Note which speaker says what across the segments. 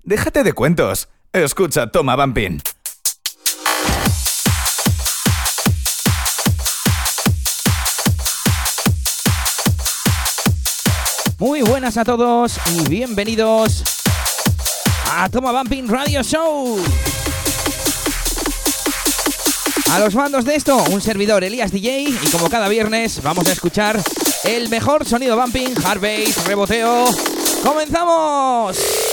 Speaker 1: Déjate de cuentos. Escucha Toma Bumping.
Speaker 2: Muy buenas a todos y bienvenidos a Toma Bumping Radio Show. A los mandos de esto, un servidor, Elías DJ, y como cada viernes vamos a escuchar el mejor sonido bumping, hard bass, reboteo. ¡Comenzamos!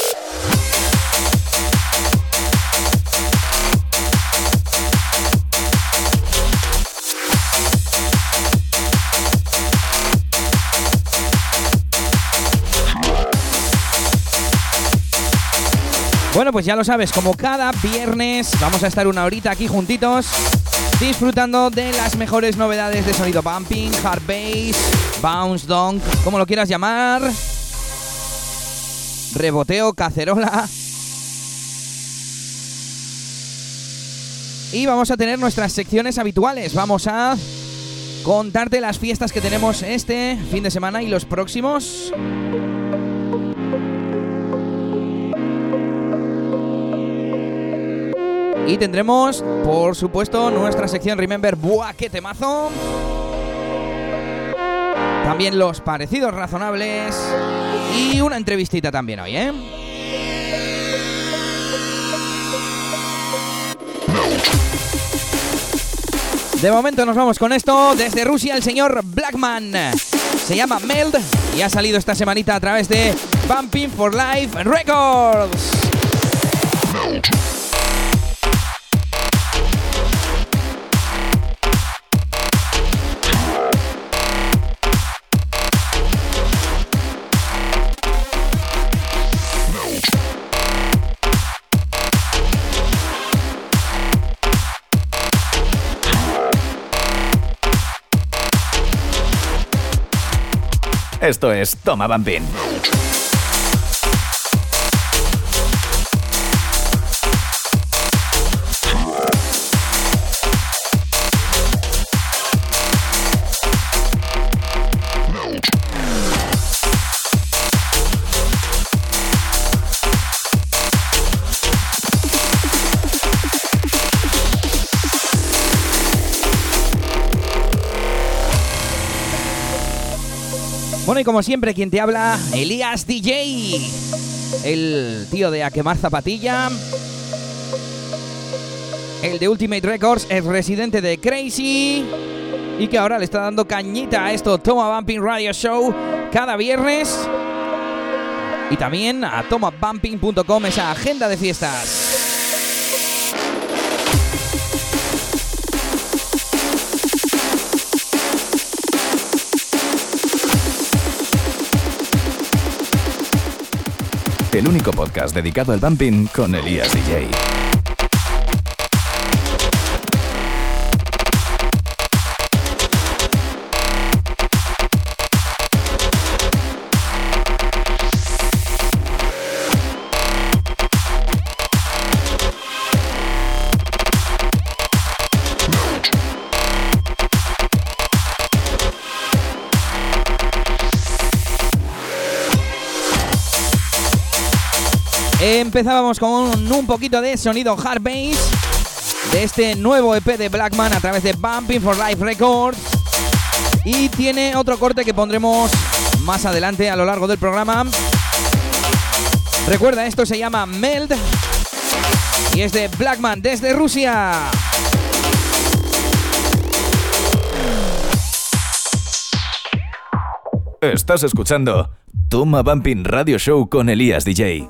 Speaker 2: Bueno, pues ya lo sabes, como cada viernes vamos a estar una horita aquí juntitos disfrutando de las mejores novedades de sonido bumping, hard bass, bounce, donk, como lo quieras llamar, reboteo, cacerola. Y vamos a tener nuestras secciones habituales. Vamos a contarte las fiestas que tenemos este fin de semana y los próximos. Y tendremos, por supuesto, nuestra sección Remember. ¡Buah, qué temazo! También los parecidos razonables. Y una entrevistita también hoy, ¿eh? De momento nos vamos con esto. Desde Rusia, el señor Blackman. Se llama Meld y ha salido esta semanita a través de Bumping for Life Records.
Speaker 1: Esto es Toma Bumping.
Speaker 2: Bueno, y como siempre, quien te habla, Elías DJ, el tío de A Quemar Zapatilla, el de Ultimate Records, el residente de Crazy, y que ahora le está dando cañita a esto, Toma Bumping Radio Show, cada viernes, y también a tomabumping.com, esa agenda de fiestas.
Speaker 1: El único podcast dedicado al bumping con Elías DJ.
Speaker 2: Empezábamos con un poquito de sonido hard bass de este nuevo EP de Blackman a través de Bumping for Life Records. Y tiene otro corte que pondremos más adelante a lo largo del programa. Recuerda, esto se llama Meld y es de Blackman desde Rusia.
Speaker 1: Estás escuchando Toma Bumping Radio Show con Elías DJ.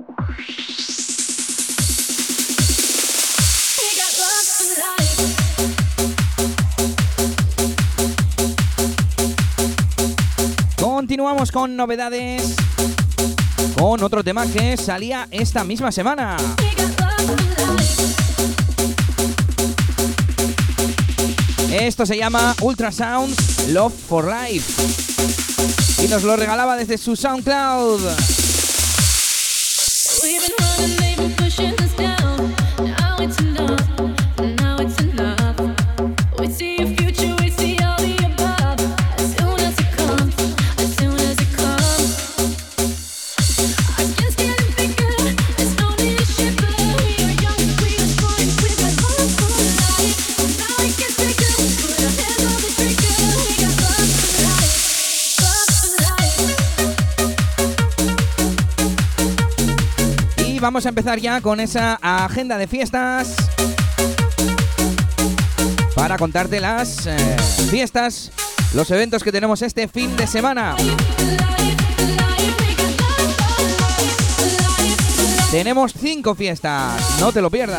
Speaker 2: Continuamos con novedades, con otro tema que salía esta misma semana. Esto se llama Ultrasounds Love for Life y nos lo regalaba desde su SoundCloud.
Speaker 3: It's
Speaker 2: vamos a empezar ya con esa agenda de fiestas para contarte las fiestas, los eventos que tenemos este fin de semana. Tenemos 5 fiestas, no te lo pierdas.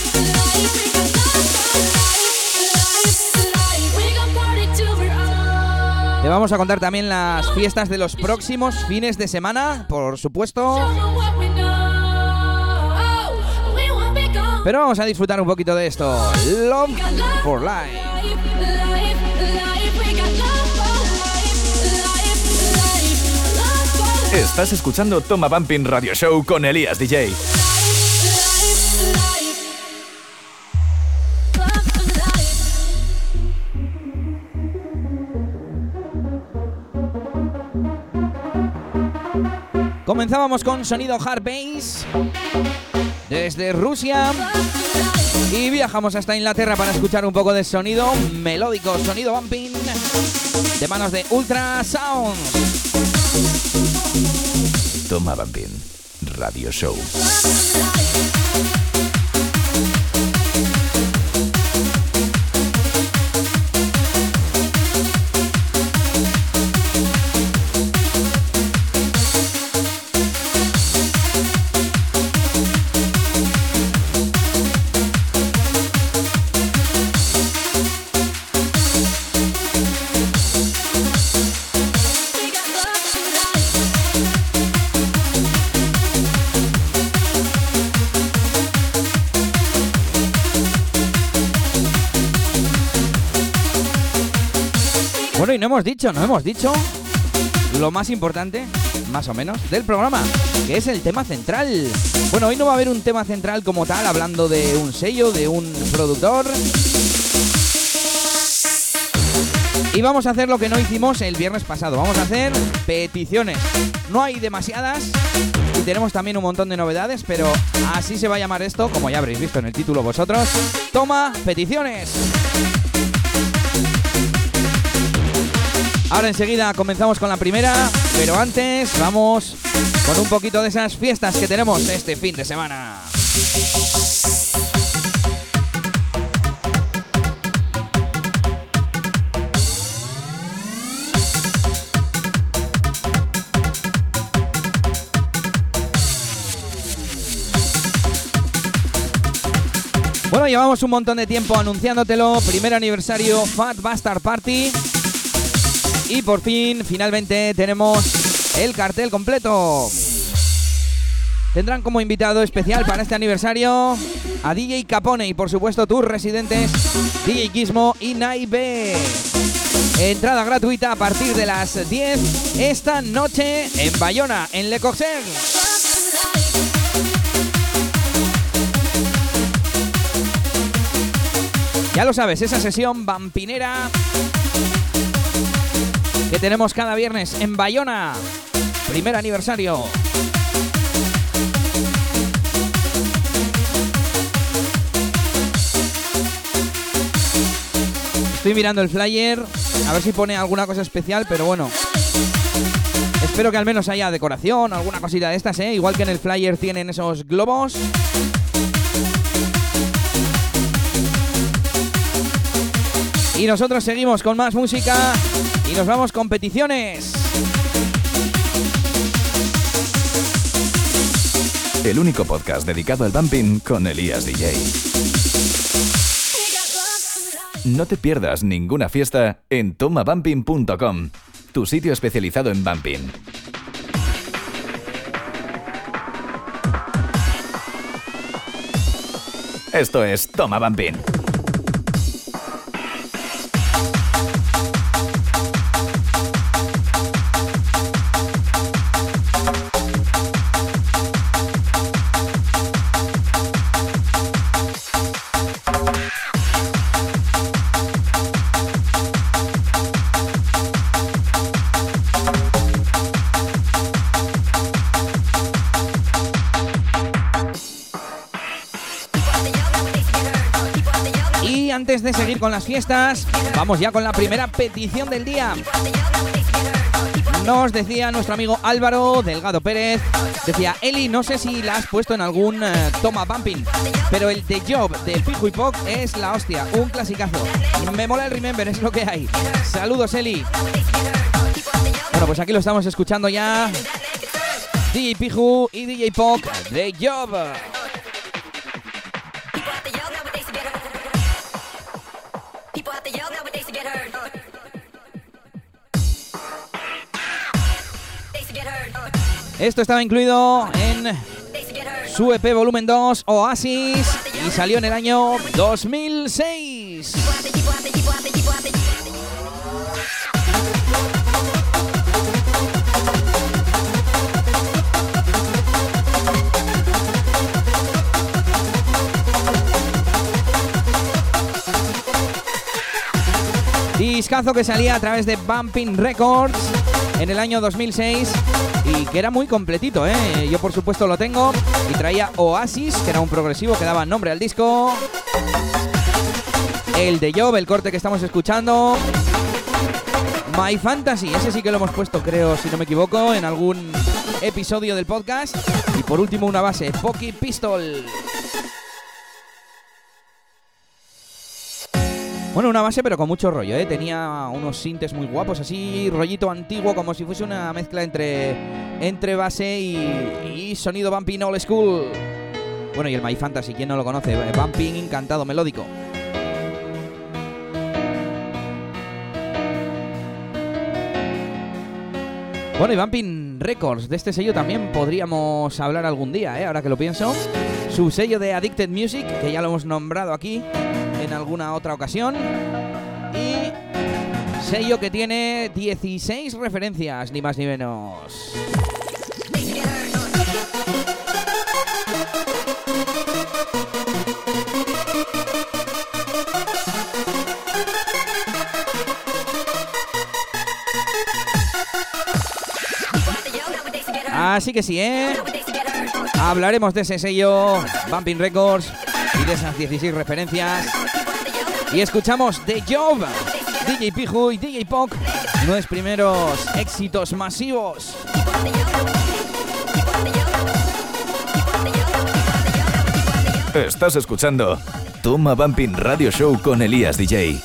Speaker 2: Te vamos a contar también las fiestas de los próximos fines de semana, por supuesto. Pero vamos a disfrutar un poquito de esto. Love for Life.
Speaker 1: Estás escuchando Toma Bumping Radio Show con Elías DJ.
Speaker 2: Comenzábamos con sonido hard bass desde Rusia y viajamos hasta Inglaterra para escuchar un poco de sonido melódico, sonido bumping de manos de Ultrasound.
Speaker 1: Toma Bumping Radio Show.
Speaker 2: Bueno, y no hemos dicho lo más importante, más o menos, del programa, que es el tema central. Bueno, hoy no va a haber un tema central como tal, hablando de un sello, de un productor. Y vamos a hacer lo que no hicimos el viernes pasado. Vamos a hacer peticiones. No hay demasiadas y tenemos también un montón de novedades, pero así se va a llamar esto, como ya habréis visto en el título vosotros. Toma peticiones. Ahora enseguida comenzamos con la primera, pero antes vamos con un poquito de esas fiestas que tenemos este fin de semana. Bueno, llevamos un montón de tiempo anunciándotelo. Primer aniversario Fat Bastard Party. Y por fin, finalmente, tenemos el cartel completo. Tendrán como invitado especial para este aniversario a DJ Capone y, por supuesto, tus residentes DJ Gizmo y Naive. Entrada gratuita a partir de las 10 esta noche en Bayona, en Le Coxer. Ya lo sabes, esa sesión vampinera que tenemos cada viernes en Bayona. Primer aniversario. Estoy mirando el flyer, a ver si pone alguna cosa especial, pero bueno. Espero que al menos haya decoración, alguna cosita de estas, ¿eh? Igual que en el flyer tienen esos globos. Y nosotros seguimos con más música y nos vamos con peticiones.
Speaker 1: El único podcast dedicado al bumping con Elías DJ. No te pierdas ninguna fiesta en tomabumping.com, tu sitio especializado en bumping. Esto es Toma Bumping.
Speaker 2: Antes de seguir con las fiestas, vamos ya con la primera petición del día. Nos decía nuestro amigo Álvaro Delgado Pérez, decía: Eli, no sé si la has puesto en algún Toma Bumping, pero el The Job del Pijo y Poc es la hostia, un clasicazo. Me mola el Remember, es lo que hay. Saludos, Eli. Bueno, pues aquí lo estamos escuchando ya. DJ Piju y DJ Poc, The Job. Esto estaba incluido en su EP Volumen 2, Oasis, y salió en el año 2006. Discazo que salía a través de Bumping Records en el año 2006 y que era muy completito, ¿eh? Yo por supuesto lo tengo y traía Oasis, que era un progresivo que daba nombre al disco. El de Job, el corte que estamos escuchando. My Fantasy, ese sí que lo hemos puesto, creo, si no me equivoco, en algún episodio del podcast. Y por último una base, Pocky Pistol. Bueno, una base pero con mucho rollo, ¿eh? Tenía unos sintes muy guapos, así, rollito antiguo, como si fuese una mezcla entre base y sonido bumping old school. Bueno, y el My Fantasy, ¿quién no lo conoce? Bumping cantado melódico. Bueno, y Bumping Records, de este sello también podríamos hablar algún día, ¿eh? Ahora que lo pienso. Su sello de Addicted Music, que ya lo hemos nombrado aquí en alguna otra ocasión. Y sello que tiene 16 referencias, ni más ni menos. Así que sí, ¿eh? Hablaremos de ese sello, Bumping Records, y de esas 16 referencias. Y escuchamos The Job, DJ Piju y DJ Poc, nuestros primeros éxitos masivos.
Speaker 1: Estás escuchando Toma Bumping Radio Show con Elías DJ.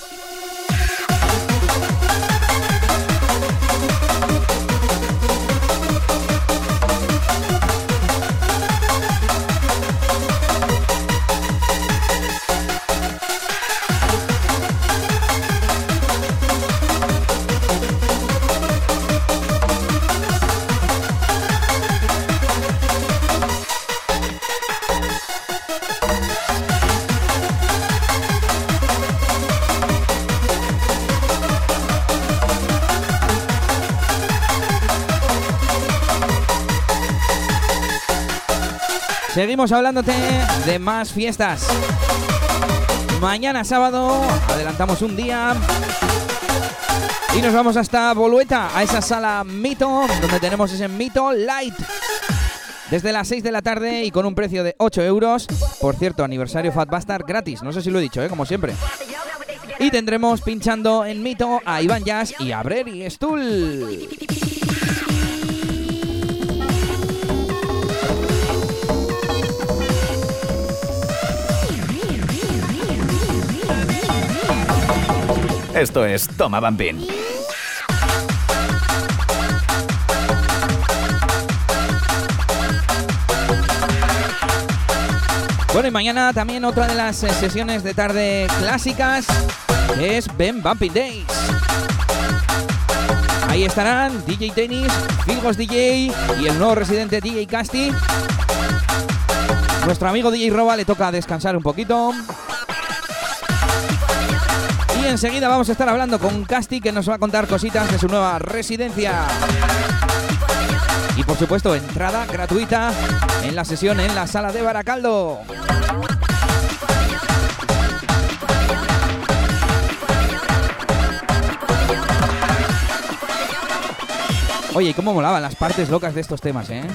Speaker 2: Seguimos hablándote de más fiestas. Mañana sábado adelantamos un día y nos vamos hasta Bolueta, a esa sala Mito, donde tenemos ese Mito Light. Desde las 6 de la tarde y con un precio de 8 euros. Por cierto, aniversario Fat Bastard gratis. No sé si lo he dicho, como siempre. Y tendremos pinchando en Mito a Iván Jazz y a Breri Stull.
Speaker 1: Esto es Toma Bumping.
Speaker 2: Bueno, y mañana también otra de las sesiones de tarde clásicas es Ben Bumping Days. Ahí estarán DJ Tennis, Filgos DJ y el nuevo residente DJ Casti. Nuestro amigo DJ Roba le toca descansar un poquito. Y enseguida vamos a estar hablando con Casti, que nos va a contar cositas de su nueva residencia. Y por supuesto, entrada gratuita en la sesión en la sala de Baracaldo. Oye, ¿cómo molaban las partes locas de estos temas, eh?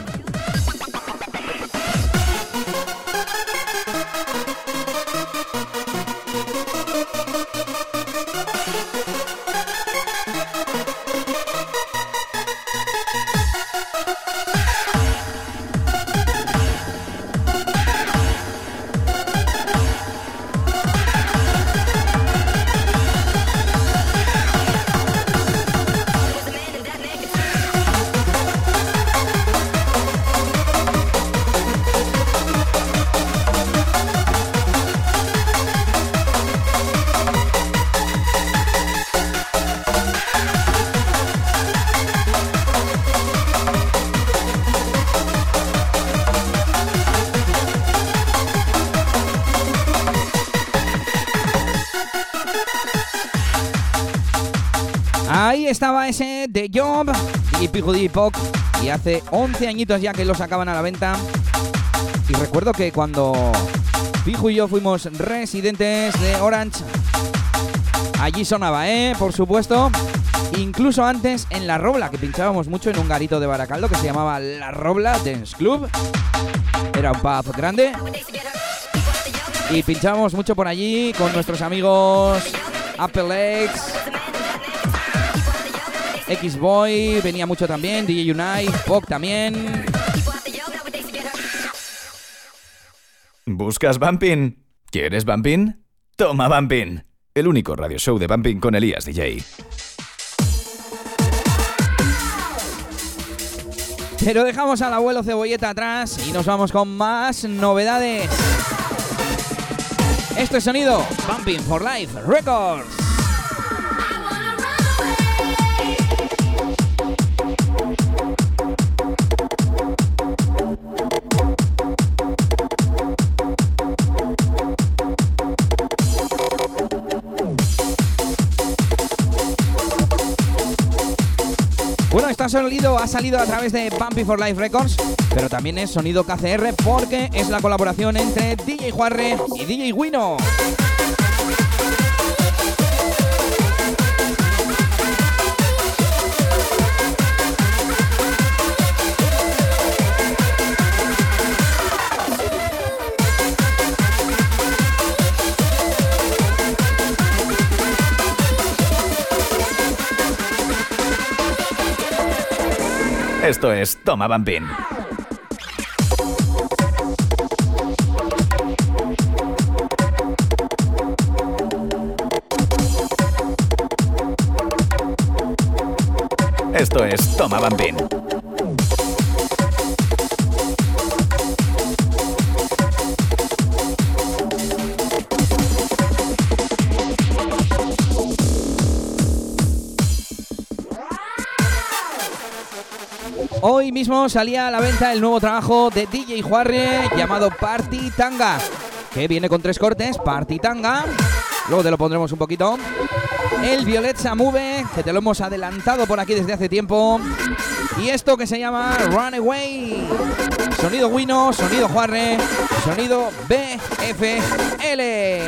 Speaker 2: estaba ese The Job y Piju DJ Poc, y hace 11 añitos ya que lo sacaban a la venta. Y recuerdo que cuando Piju y yo fuimos residentes de Orange, allí sonaba, por supuesto. Incluso antes en La Robla, que pinchábamos mucho en un garito de Baracaldo que se llamaba La Robla Dance Club. Era un pub grande. Y pinchábamos mucho por allí con nuestros amigos Apple X, X-Boy, venía mucho también, DJ Unite, Pop también.
Speaker 1: ¿Buscas Bumping? ¿Quieres Bumping? Toma Bumping, el único radio show de Bumping con Elías DJ.
Speaker 2: Pero dejamos al abuelo Cebolleta atrás y nos vamos con más novedades. Esto es sonido Bumping for Life Records. Bueno, este sonido ha salido a través de Bumping for Life Records, pero también es sonido KCR porque es la colaboración entre DJ Juarre y DJ Wino.
Speaker 1: Esto es Toma Bumping. Esto es Toma Bumping.
Speaker 2: Hoy mismo salía a la venta el nuevo trabajo de DJ Juarre llamado Party Tanga, que viene con 3 cortes, Party Tanga, luego te lo pondremos un poquito, el Violet Samove, que te lo hemos adelantado por aquí desde hace tiempo, y esto que se llama Runaway, sonido Wino, sonido Juarre, sonido BFL.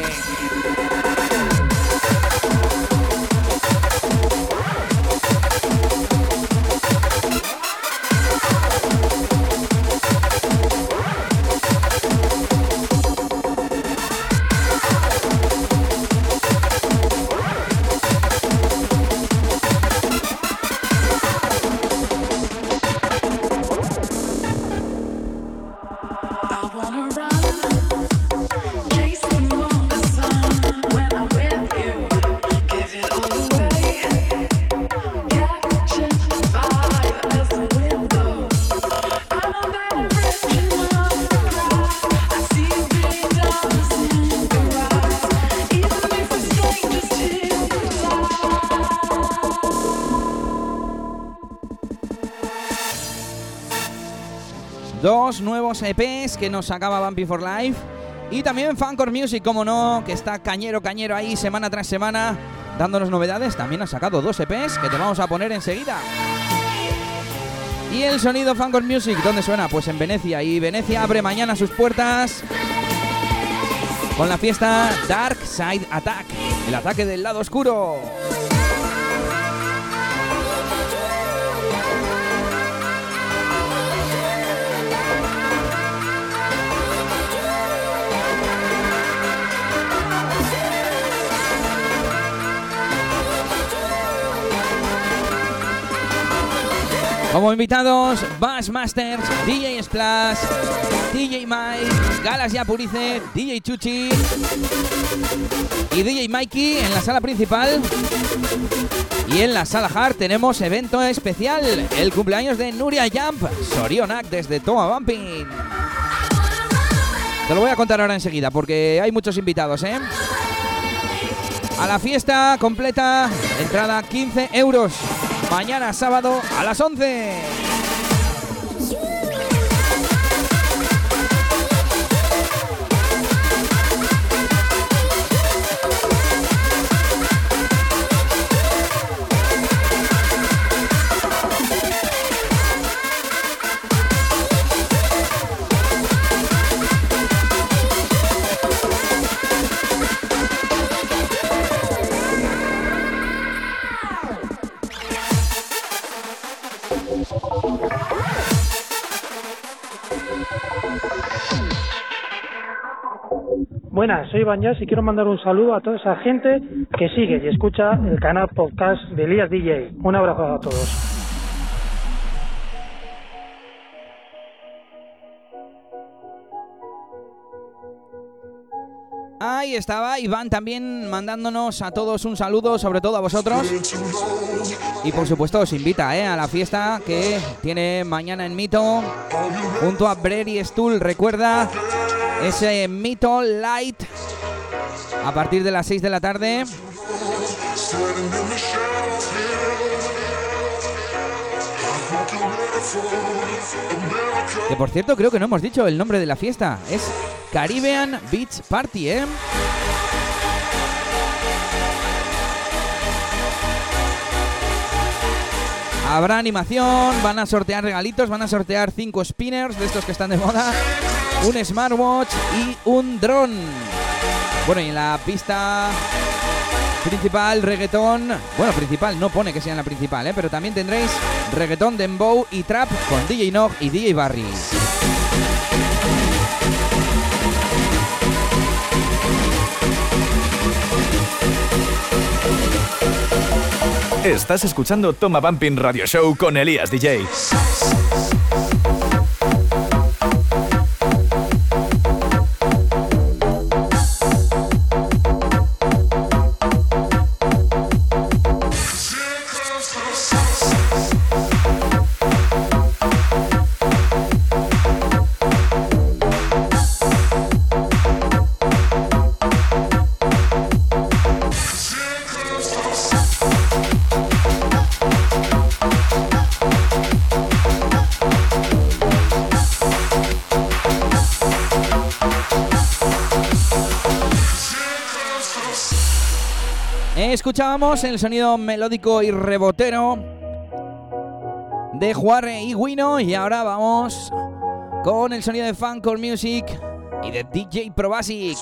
Speaker 2: Dos nuevos EPs que nos sacaba Bumping for Life. Y también Funcore Music, como no, que está cañero ahí semana tras semana dándonos novedades. También ha sacado 2 EPs que te vamos a poner enseguida. Y el sonido Funcore Music, ¿dónde suena? Pues en Venecia. Y Venecia abre mañana sus puertas con la fiesta Dark Side Attack, el ataque del lado oscuro. Como invitados, Bassmasters, DJ Splash, DJ Mike, Galas Yapurice, DJ Chuchi y DJ Mikey en la sala principal. Y en la sala Hard tenemos evento especial, el cumpleaños de Nuria Jump, Sorionak desde Toma Bumping. Te lo voy a contar ahora enseguida porque hay muchos invitados, ¿eh? A la fiesta completa, entrada 15 euros. Mañana sábado a las 11.
Speaker 3: Buenas, soy Iván Yas y quiero mandar un saludo a toda esa gente que sigue y escucha el canal podcast de Elías DJ. Un abrazo a todos.
Speaker 2: Ahí estaba Iván también mandándonos a todos un saludo, sobre todo a vosotros. Y por supuesto os invita a la fiesta que tiene mañana en Mito junto a Brady Stool. Recuerda ese Mito Light a partir de las 6 de la tarde. Que por cierto creo que no hemos dicho el nombre de la fiesta. Es Caribbean Beach Party, Habrá animación, van a sortear regalitos, van a sortear 5 spinners de estos que están de moda, un smartwatch y un dron. Bueno, y en la pista principal, reggaetón. Bueno, principal, no pone que sea en la principal, pero también tendréis reggaetón, dembow y trap con DJ Nog y DJ Barry.
Speaker 1: Estás escuchando Toma Bumping Radio Show con Elías DJ.
Speaker 2: Escuchábamos el sonido melódico y rebotero de Juarre y Wino, y ahora vamos con el sonido de Funkcore Music y de DJ Probasic.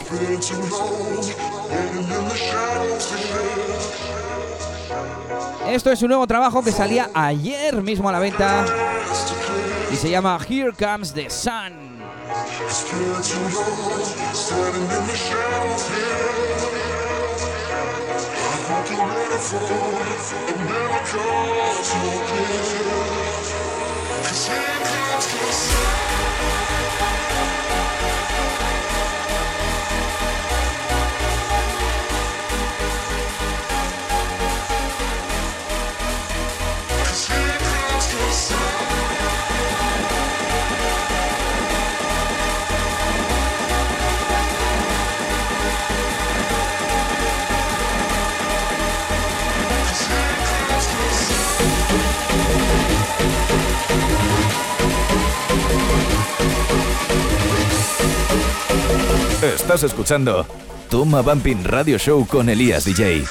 Speaker 2: Esto es un nuevo trabajo que salía ayer mismo a la venta y se llama Here Comes the Sun.
Speaker 1: Estás escuchando Toma Bumping Radio Show con Elías DJ.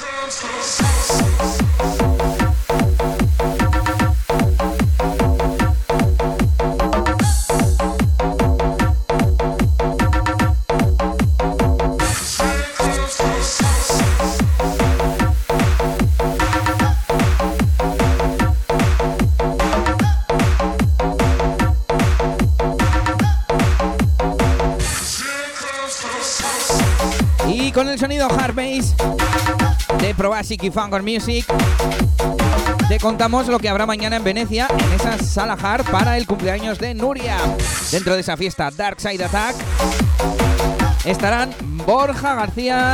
Speaker 2: Con el sonido hard bass de Probasic y Funkcore Music te contamos lo que habrá mañana en Venecia, en esa sala hard para el cumpleaños de Nuria. Dentro de esa fiesta Dark Side Attack estarán Borja García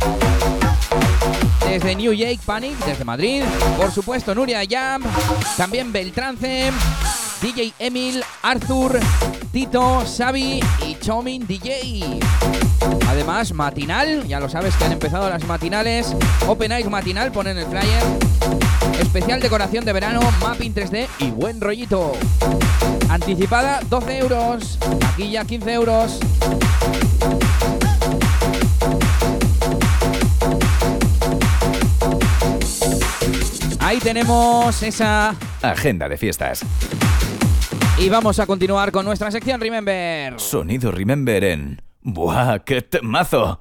Speaker 2: desde New Jake Panic, desde Madrid, por supuesto Nuria Jam, también Beltrance, DJ Emil, Arthur, Tito, Xavi y Chomin DJ. Además, matinal, ya lo sabes que han empezado las matinales. Open Eyes matinal, ponen el flyer. Especial decoración de verano, mapping 3D y buen rollito. Anticipada 12 euros, taquilla 15 euros. Ahí tenemos esa
Speaker 1: agenda de fiestas.
Speaker 2: Y vamos a continuar con nuestra sección Remember.
Speaker 1: Sonido Remember en... ¡Buah, qué temazo!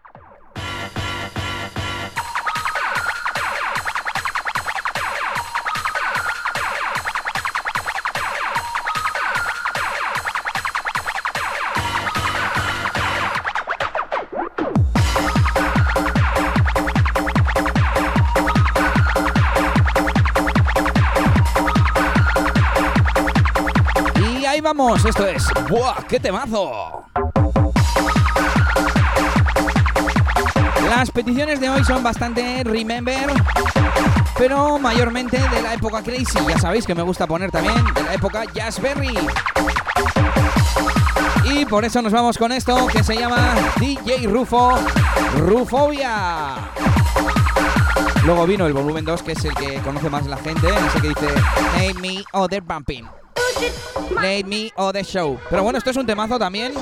Speaker 2: vamos. Esto es ¡buah, qué temazo! Las peticiones de hoy son bastante Remember, pero mayormente de la época Crazy. Ya sabéis que me gusta poner también de la época Jazzberry. Y por eso nos vamos con esto que se llama DJ Rufo, Rufobia. Luego vino el volumen 2, que es el que conoce más la gente, ese que dice Let me other bumping, Let me other show. Pero bueno, esto es un temazo también.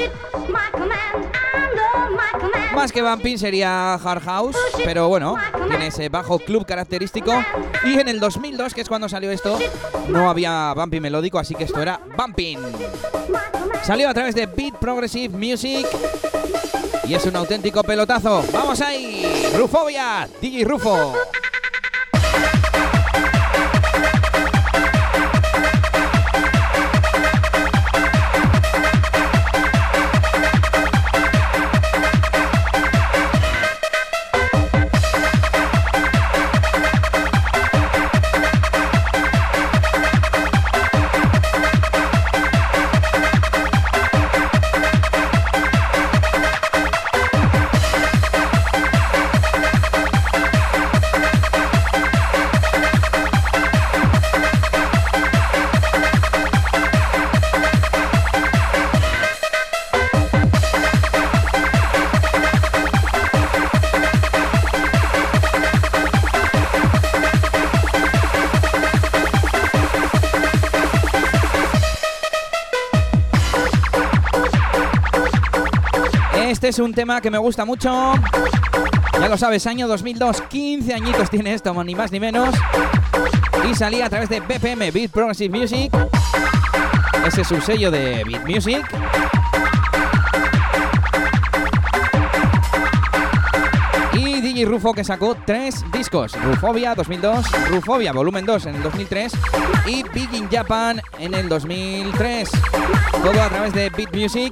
Speaker 2: Más que bumping sería hard house, pero bueno, tiene ese bajo club característico. Y en el 2002, que es cuando salió esto, no había bumping melódico, así que esto era bumping. Salió a través de Beat Progressive Music y es un auténtico pelotazo. ¡Vamos ahí! ¡Rufobia! DJ Rufo. Este es un tema que me gusta mucho. Ya lo sabes, año 2002, 15 añitos tiene esto, ni más ni menos. Y salía a través de BPM, Beat Progressive Music. Ese es su sello de Beat Music. Y DJ Rufo, que sacó 3 discos: Rufobia 2002, Rufobia Volumen 2 en el 2003 y Big in Japan en el 2003. Todo a través de Beat Music.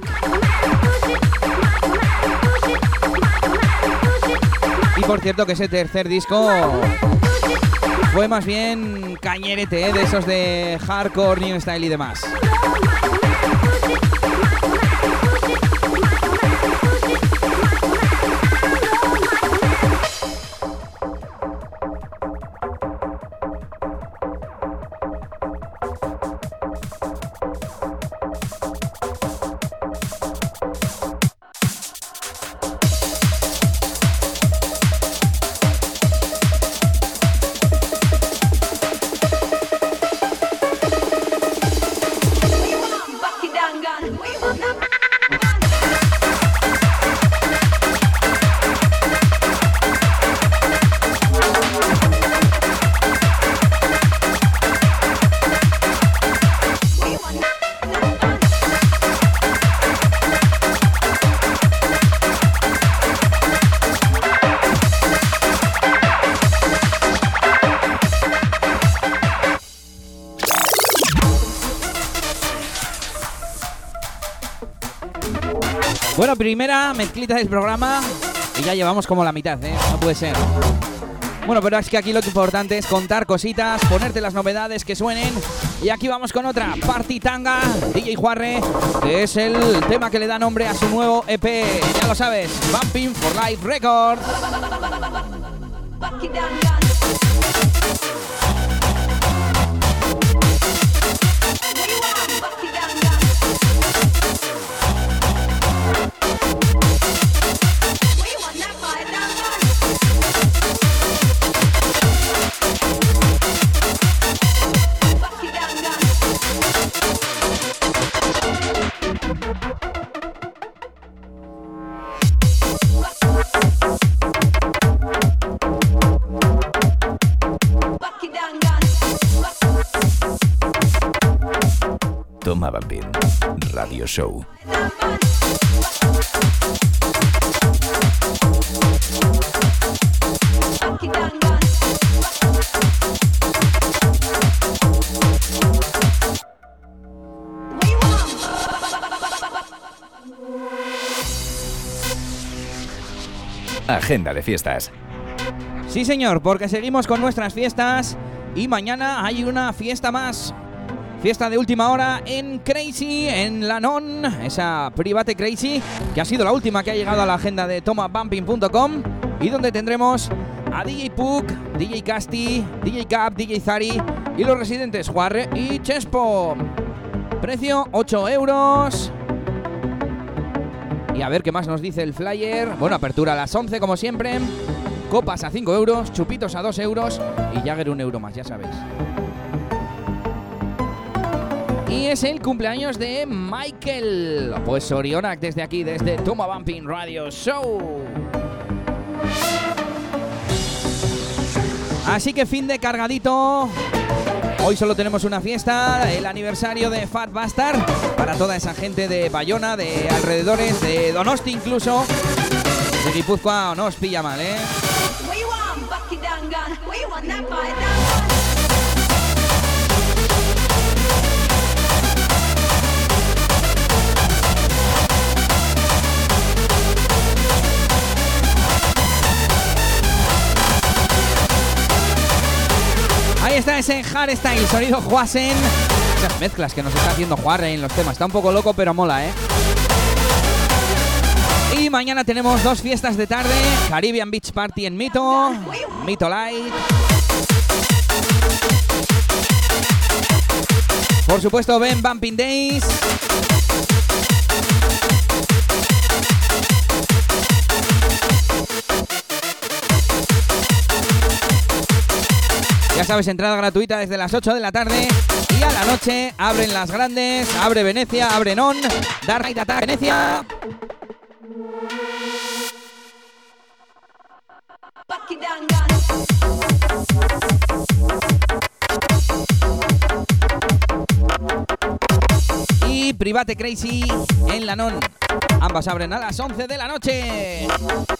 Speaker 2: Y por cierto que ese tercer disco fue más bien cañerete, de esos de hardcore, new style y demás. Bueno, primera mezclita del programa y ya llevamos como la mitad, ¿eh? No puede ser. Bueno, pero es que aquí lo importante es contar cositas, ponerte las novedades que suenen. Y aquí vamos con otra, Party Tanga, DJ Juarre, que es el tema que le da nombre a su nuevo EP. Ya lo sabes, Bumping for Life Records.
Speaker 1: Toma Bumping Radio Show. Agenda de fiestas.
Speaker 2: Sí, señor, porque seguimos con nuestras fiestas y mañana hay una fiesta más. Fiesta de última hora en Crazy, en La Non, esa Private Crazy, que ha sido la última que ha llegado a la agenda de tomabumping.com y donde tendremos a DJ Puck, DJ Casti, DJ Cap, DJ Zari y los residentes Juarre y Chespo. Precio 8 euros. Y a ver qué más nos dice el flyer. Bueno, apertura a las 11 como siempre. Copas a 5 euros, chupitos a 2 euros y Jagger 1 euro más, ya sabéis. Y es el cumpleaños de Michael. Pues Orionak desde aquí, desde Toma Bumping Radio Show. Así que fin de cargadito. Hoy solo tenemos una fiesta, el aniversario de Fat Bastard, para toda esa gente de Bayona, de alrededores, de Donosti incluso. De Guipúzcoa no os pilla mal, ¿eh? Ahí está ese hardstyle, sonido Juasen. Esas mezclas que nos está haciendo Juarre en los temas. Está un poco loco, pero mola, ¿eh? Y mañana tenemos 2 fiestas de tarde. Caribbean Beach Party en Mito. Mito Light. Por supuesto, Ben Bumping Days. Ya sabes, entrada gratuita desde las 8 de la tarde y a la noche abren las grandes, abre Venecia, abre Non, Dark Night Attack Venecia. Y Private Crazy en la Non. Ambas abren a las 11 de la noche.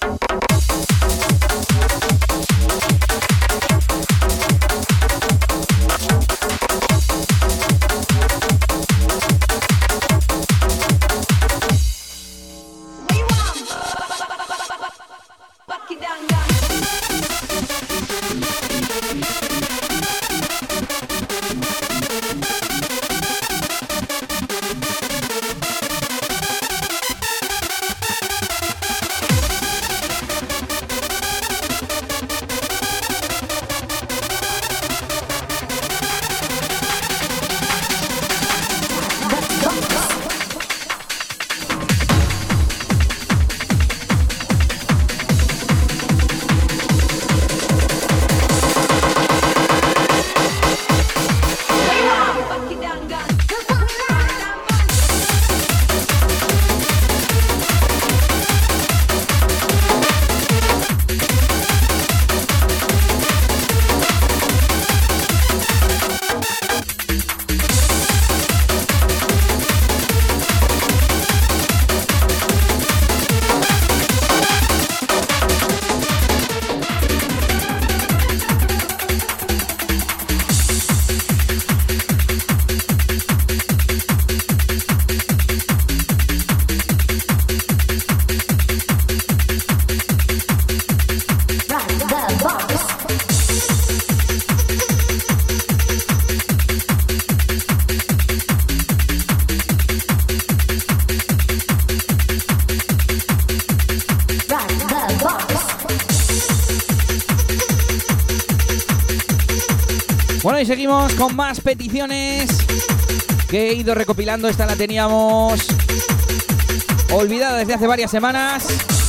Speaker 2: Bueno, y seguimos con más peticiones que he ido recopilando. Esta la teníamos olvidada desde hace varias semanas.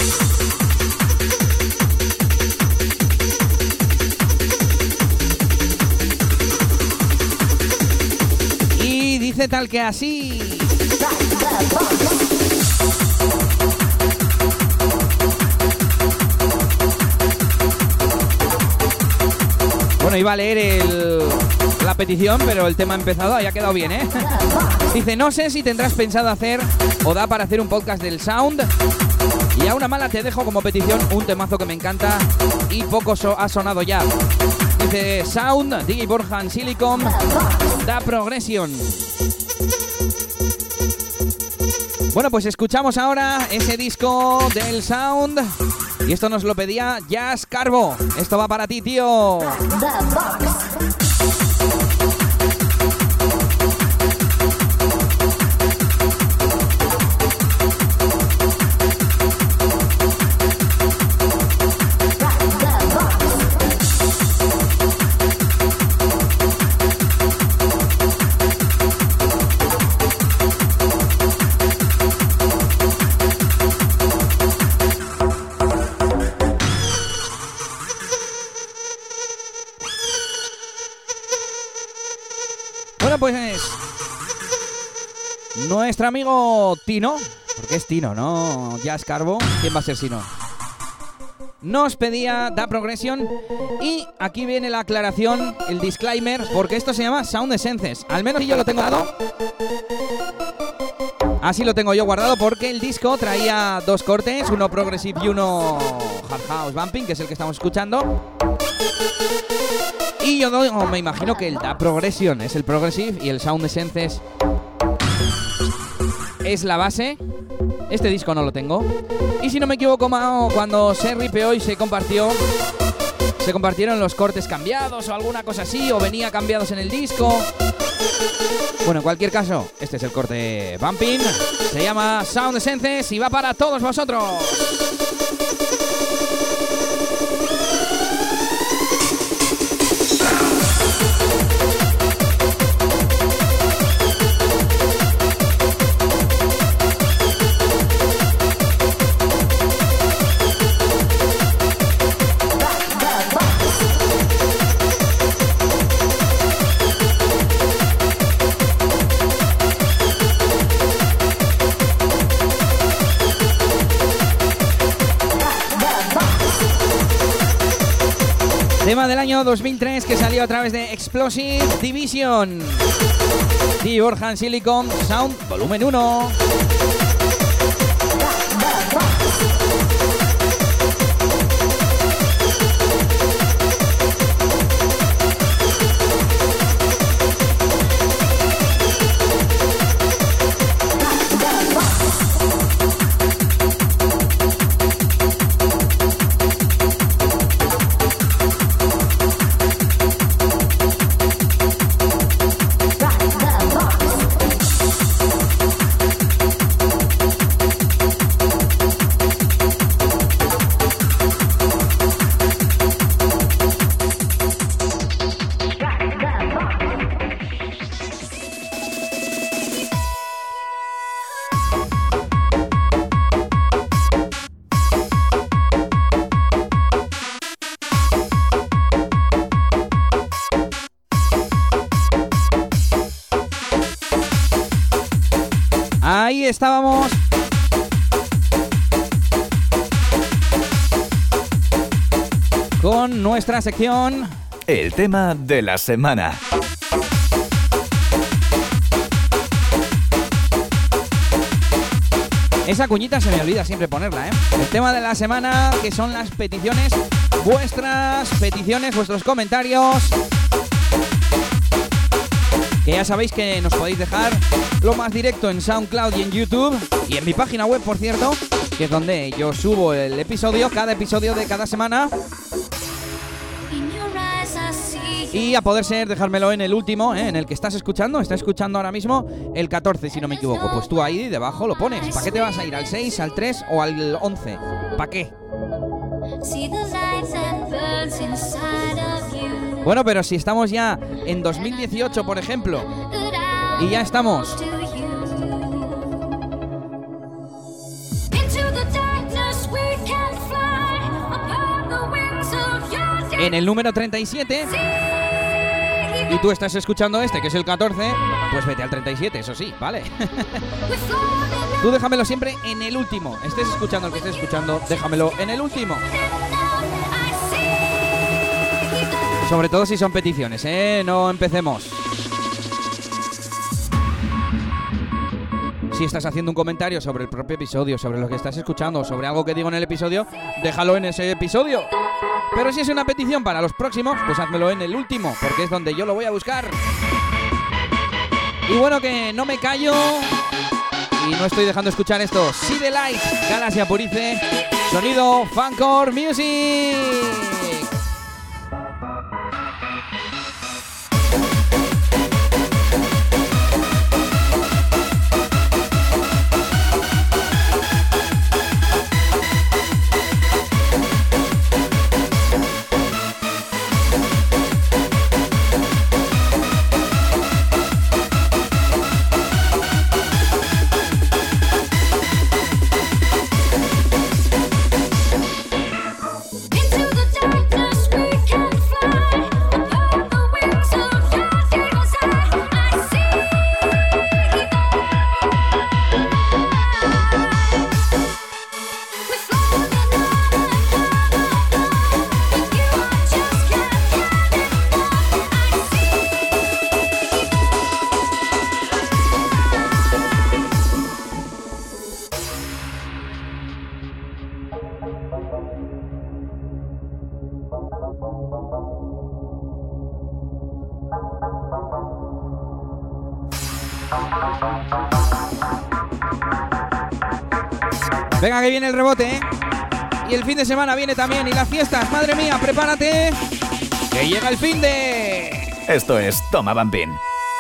Speaker 2: Y dice tal que así. Bueno, iba a leer la petición, pero el tema ha empezado, ahí ha quedado bien, ¿eh? Dice, no sé si tendrás pensado hacer o da para hacer un podcast del Sound. Y a una mala te dejo como petición un temazo que me encanta y poco ha sonado ya. Dice, Sound, DJ Borja Silicon, Da Progression. Bueno, pues escuchamos ahora ese disco del Sound. Y esto nos lo pedía Jazz Carbo. Esto va para ti, tío. The Box. pues nuestro amigo Tino, porque es Tino, ¿no? Jazz Carbo, ¿quién va a ser si no? Nos pedía Da Progression y aquí viene la aclaración, el disclaimer, porque esto se llama Sound Essences. Al menos yo lo tengo dado. Así lo tengo yo guardado porque el disco traía dos cortes, uno Progressive y uno Hard House Bumping, que es el que estamos escuchando. Y yo me imagino que el Da Progression es el Progressive y el Sound Essences es la base. Este disco no lo tengo. Y si no me equivoco, cuando se ripeó y se compartieron los cortes cambiados o alguna cosa así, o venía cambiados en el disco. Bueno, en cualquier caso, este es el corte Bumping. Se llama Sound Essences y va para todos vosotros. Tema del año 2003 que salió a través de Explosive Division. The Orhan Silicon Sound Volumen 1. Ahí estábamos. Con nuestra sección.
Speaker 1: El tema de la semana.
Speaker 2: Esa cuñita se me olvida siempre ponerla, ¿eh? El tema de la semana, que son las peticiones, vuestras peticiones, vuestros comentarios. Que ya sabéis que nos podéis dejar lo más directo en SoundCloud y en YouTube. Y en mi página web, por cierto, que es donde yo subo el episodio, cada episodio de cada semana. Y a poder ser, dejármelo en el último, en el que estás escuchando. Está escuchando ahora mismo el 14, si no me equivoco. Pues tú ahí debajo lo pones. ¿Para qué te vas a ir? ¿Al 6, al 3 o al 11? ¿Para qué? Bueno, pero si estamos ya en 2018, por ejemplo, y ya estamos en el número 37 y tú estás escuchando este, que es el 14, pues vete al 37, eso sí, ¿vale? Tú déjamelo siempre en el último. Estés escuchando el que estés escuchando, déjamelo en el último. Sobre todo si son peticiones, no empecemos. Si estás haciendo un comentario sobre el propio episodio, sobre lo que estás escuchando, sobre algo que digo en el episodio, déjalo en ese episodio. Pero si es una petición para los próximos, pues házmelo en el último, porque es donde yo lo voy a buscar. Y bueno, que no me callo y no estoy dejando escuchar esto. See the Light, Galaxia Purice, sonido Fancore Music. Venga, que viene el rebote, ¿eh? Y el fin de semana viene también. Y las fiestas, madre mía, prepárate, que llega el fin de...
Speaker 1: Esto es Toma Bumping.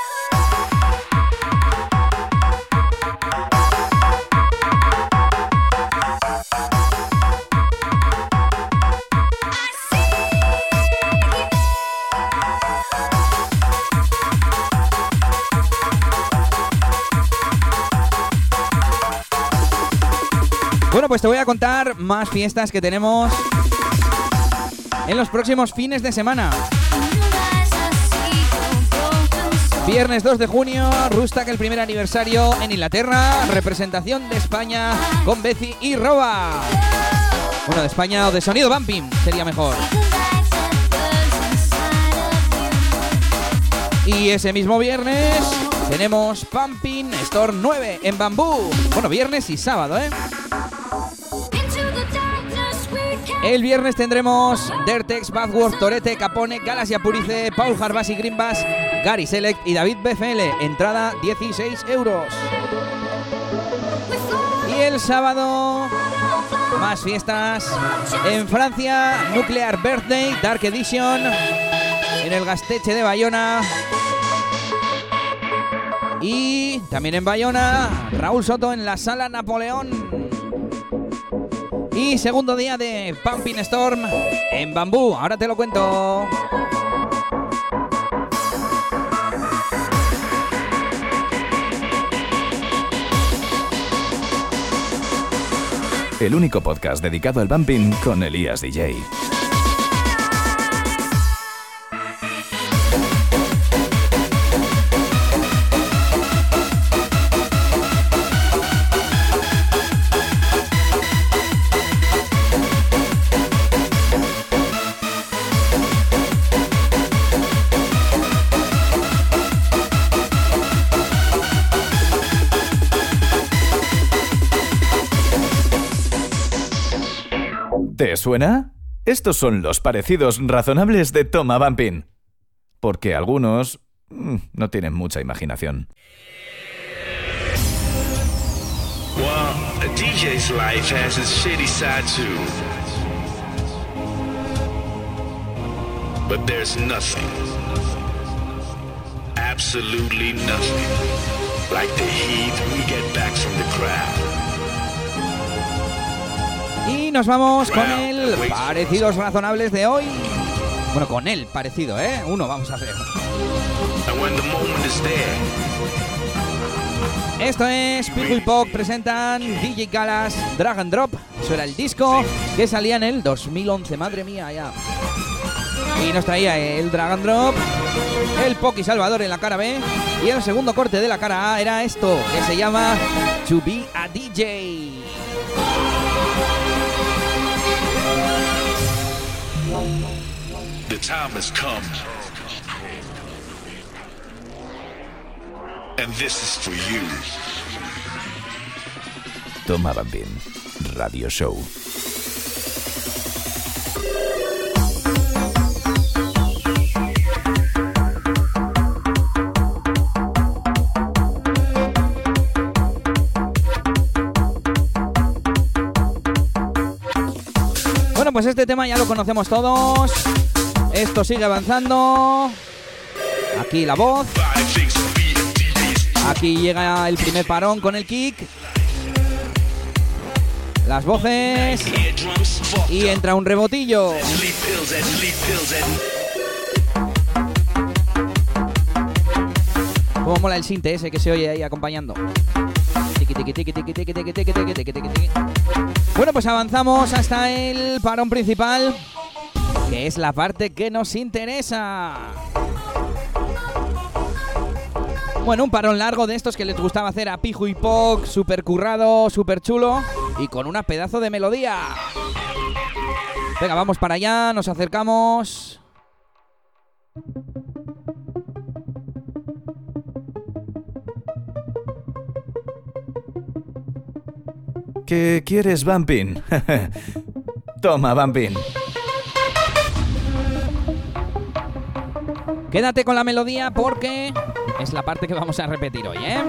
Speaker 2: Bueno, pues te voy a contar más fiestas que tenemos en los próximos fines de semana. Viernes 2 de junio, Rustak, el primer aniversario en Inglaterra, representación de España con Bezi y Roba. Bueno, de España o de Sonido Bumping, sería mejor. Y ese mismo viernes tenemos Pumping Store 9 en Bambú. Bueno, viernes y sábado, ¿eh? El viernes tendremos Dertex, Bathworth, Torete, Capone, Galaxia Purice, Paul Harbas y Greenbass, Gary Select y David BFL. Entrada 16 €. Y el sábado, más fiestas. En Francia, Nuclear Birthday, Dark Edition, en el Gasteche de Bayona. Y también en Bayona, Raúl Soto en la Sala Napoleón. Y segundo día de Pumping Storm en Bambú. Ahora te lo cuento.
Speaker 1: El único podcast dedicado al bumping con Elías DJ. ¿Te suena? Estos son los parecidos razonables de Toma Bumping. Porque algunos no tienen mucha imaginación.
Speaker 4: Well, a DJ's life has its shitty side too. But there's nothing, absolutely nothing, like the heat we get back from the crowd.
Speaker 2: Y nos vamos con el parecidos razonables de hoy. Bueno, con el parecido, ¿eh? Uno vamos a hacer. Esto es Pico y Poc presentan DJ Galas Drag and Drop. Eso era el disco que salía en el 2011. Madre mía, ya. Y nos traía el Drag and Drop, el Poc y Salvador en la cara B. Y el segundo corte de la cara A era esto, que se llama To Be a DJ.
Speaker 4: The time has come, and this is for you.
Speaker 1: Toma Bumping Radio Show.
Speaker 2: Bueno, pues este tema ya lo conocemos todos. Esto sigue avanzando. Aquí la voz. Aquí llega el primer parón con el kick. Las voces. Y entra un rebotillo. Cómo mola el sinte ese que se oye ahí acompañando. Bueno, pues avanzamos hasta el parón principal, que es la parte que nos interesa. Bueno, un parón largo de estos que les gustaba hacer a Pijo y Poc, súper currado, súper chulo y con una pedazo de melodía. Venga, vamos para allá, nos acercamos.
Speaker 1: ¿Qué quieres, Bumping? Toma, Bumping.
Speaker 2: Quédate con la melodía porque es la parte que vamos a repetir hoy, ¿eh?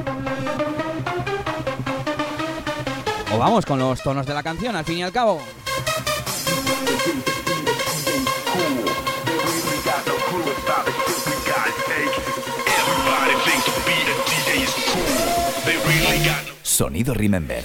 Speaker 2: O vamos con los tonos de la canción, al fin y al cabo.
Speaker 1: Sonido Remember.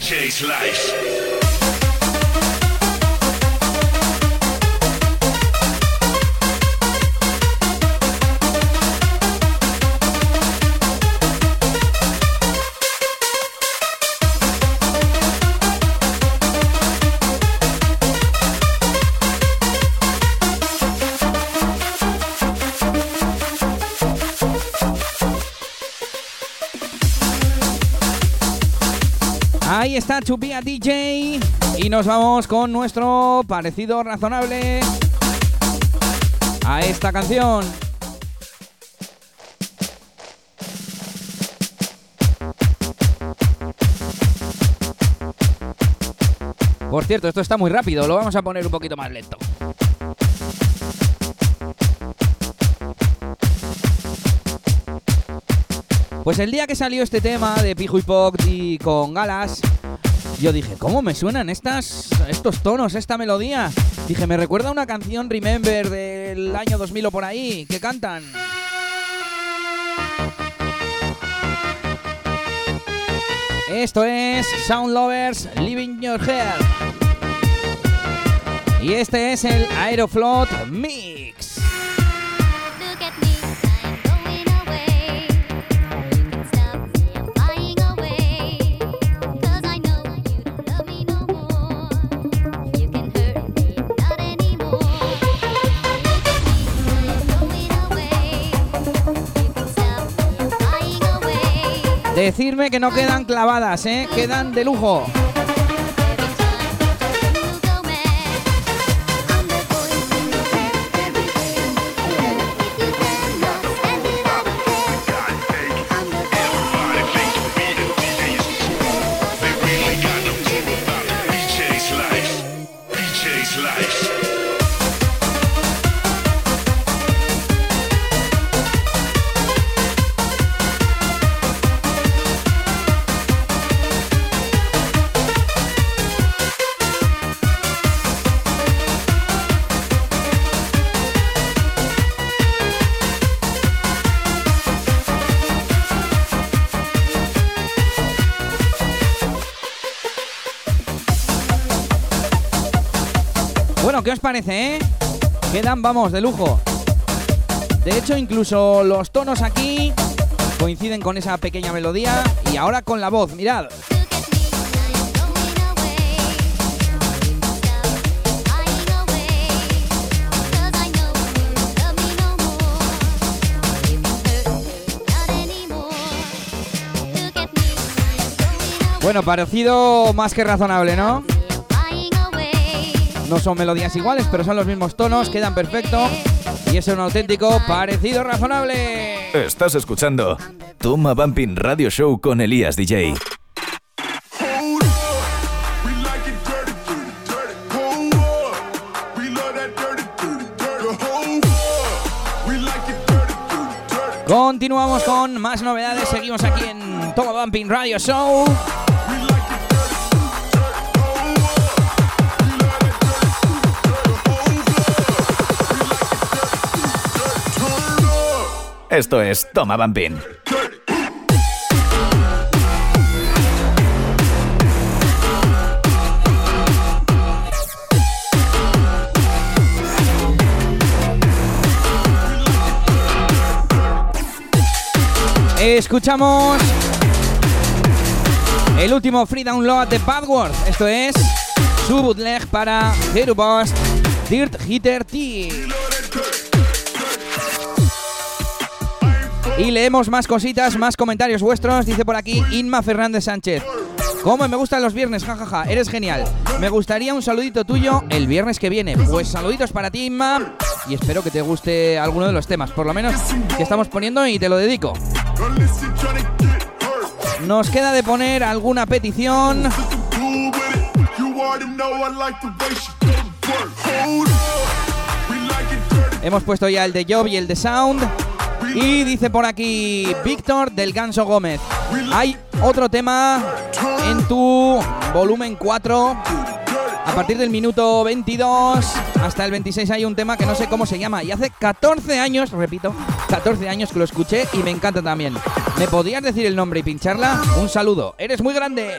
Speaker 2: Ahí está To Be a DJ y nos vamos con nuestro parecido razonable a esta canción. Por cierto, esto está muy rápido, lo vamos a poner un poquito más lento. Pues el día que salió este tema de Pijo y Poc y con Galas, yo dije, ¿cómo me suenan estos tonos, esta melodía? Dije, me recuerda a una canción Remember del año 2000 o por ahí, que cantan. Esto es Sound Lovers Living Your Heart. Y este es el Aeroflot Mix. Decirme que no quedan clavadas, ¿eh? Quedan de lujo. Bueno, ¿qué os parece, eh? Quedan, vamos, de lujo. De hecho, incluso los tonos aquí coinciden con esa pequeña melodía. Y ahora con la voz, mirad. Bueno, parecido más que razonable, ¿no? No son melodías iguales, pero son los mismos tonos, quedan perfecto y es un auténtico parecido razonable.
Speaker 1: Estás escuchando Toma Bumping Radio Show con Elías DJ.
Speaker 2: Continuamos con más novedades, seguimos aquí en Toma Bumping Radio Show.
Speaker 1: Esto es Toma Bumping.
Speaker 2: Escuchamos el último free download de Badward. Esto es su bootleg para Hero Bust Dirt Hitter T. Y leemos más cositas, más comentarios vuestros. Dice por aquí Inma Fernández Sánchez: ¿cómo me gustan los viernes? Jajaja, eres genial. Me gustaría un saludito tuyo el viernes que viene. Pues saluditos para ti, Inma. Y espero que te guste alguno de los temas, por lo menos que estamos poniendo, y te lo dedico. Nos queda de poner alguna petición. Hemos puesto ya el de Job y el de Sound. Y dice por aquí Víctor del Ganso Gómez: hay otro tema en tu volumen 4. A partir del minuto 22 hasta el 26 hay un tema que no sé cómo se llama. Y hace 14 años, repito, 14 años que lo escuché y me encanta también. ¿Me podrías decir el nombre y pincharla? Un saludo. ¡Eres muy grande!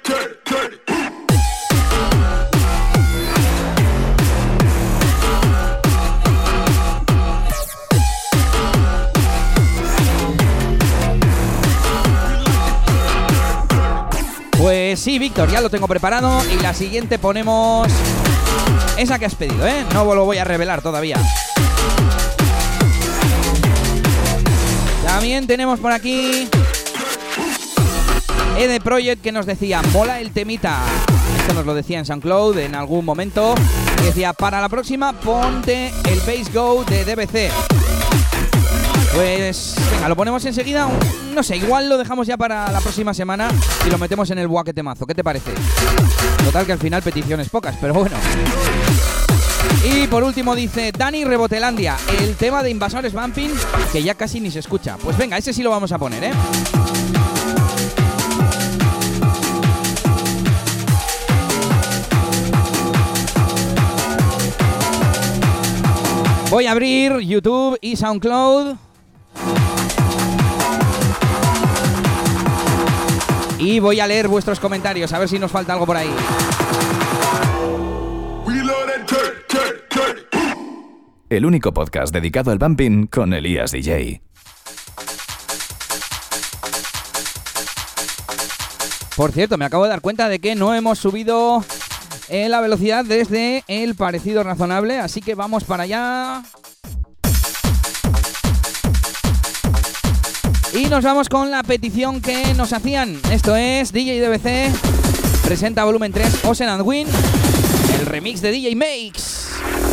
Speaker 2: Pues sí, Víctor, ya lo tengo preparado. Y la siguiente ponemos esa que has pedido, ¿eh? No lo voy a revelar todavía. También tenemos por aquí Ede Project, que nos decía: mola el temita. Esto nos lo decía en SoundCloud en algún momento. Y decía: para la próxima ponte el Bass Go de DBC. Pues venga, lo ponemos enseguida. No sé, igual lo dejamos ya para la próxima semana y lo metemos en el buaquetemazo. ¿Qué te parece? Total, que al final peticiones pocas, pero bueno. Y por último dice Dani Rebotelandia: el tema de Invasores Bumping, que ya casi ni se escucha. Pues venga, ese sí lo vamos a poner, ¿eh? Voy a abrir YouTube y SoundCloud. Y voy a leer vuestros comentarios, a ver si nos falta algo por ahí.
Speaker 1: El único podcast dedicado al bumping con Elías DJ.
Speaker 2: Por cierto, me acabo de dar cuenta de que no hemos subido la velocidad desde el parecido razonable, así que vamos para allá. Y nos vamos con la petición que nos hacían. Esto es DJ DBC presenta volumen 3 Ocean and Wind, el remix de DJ Makes.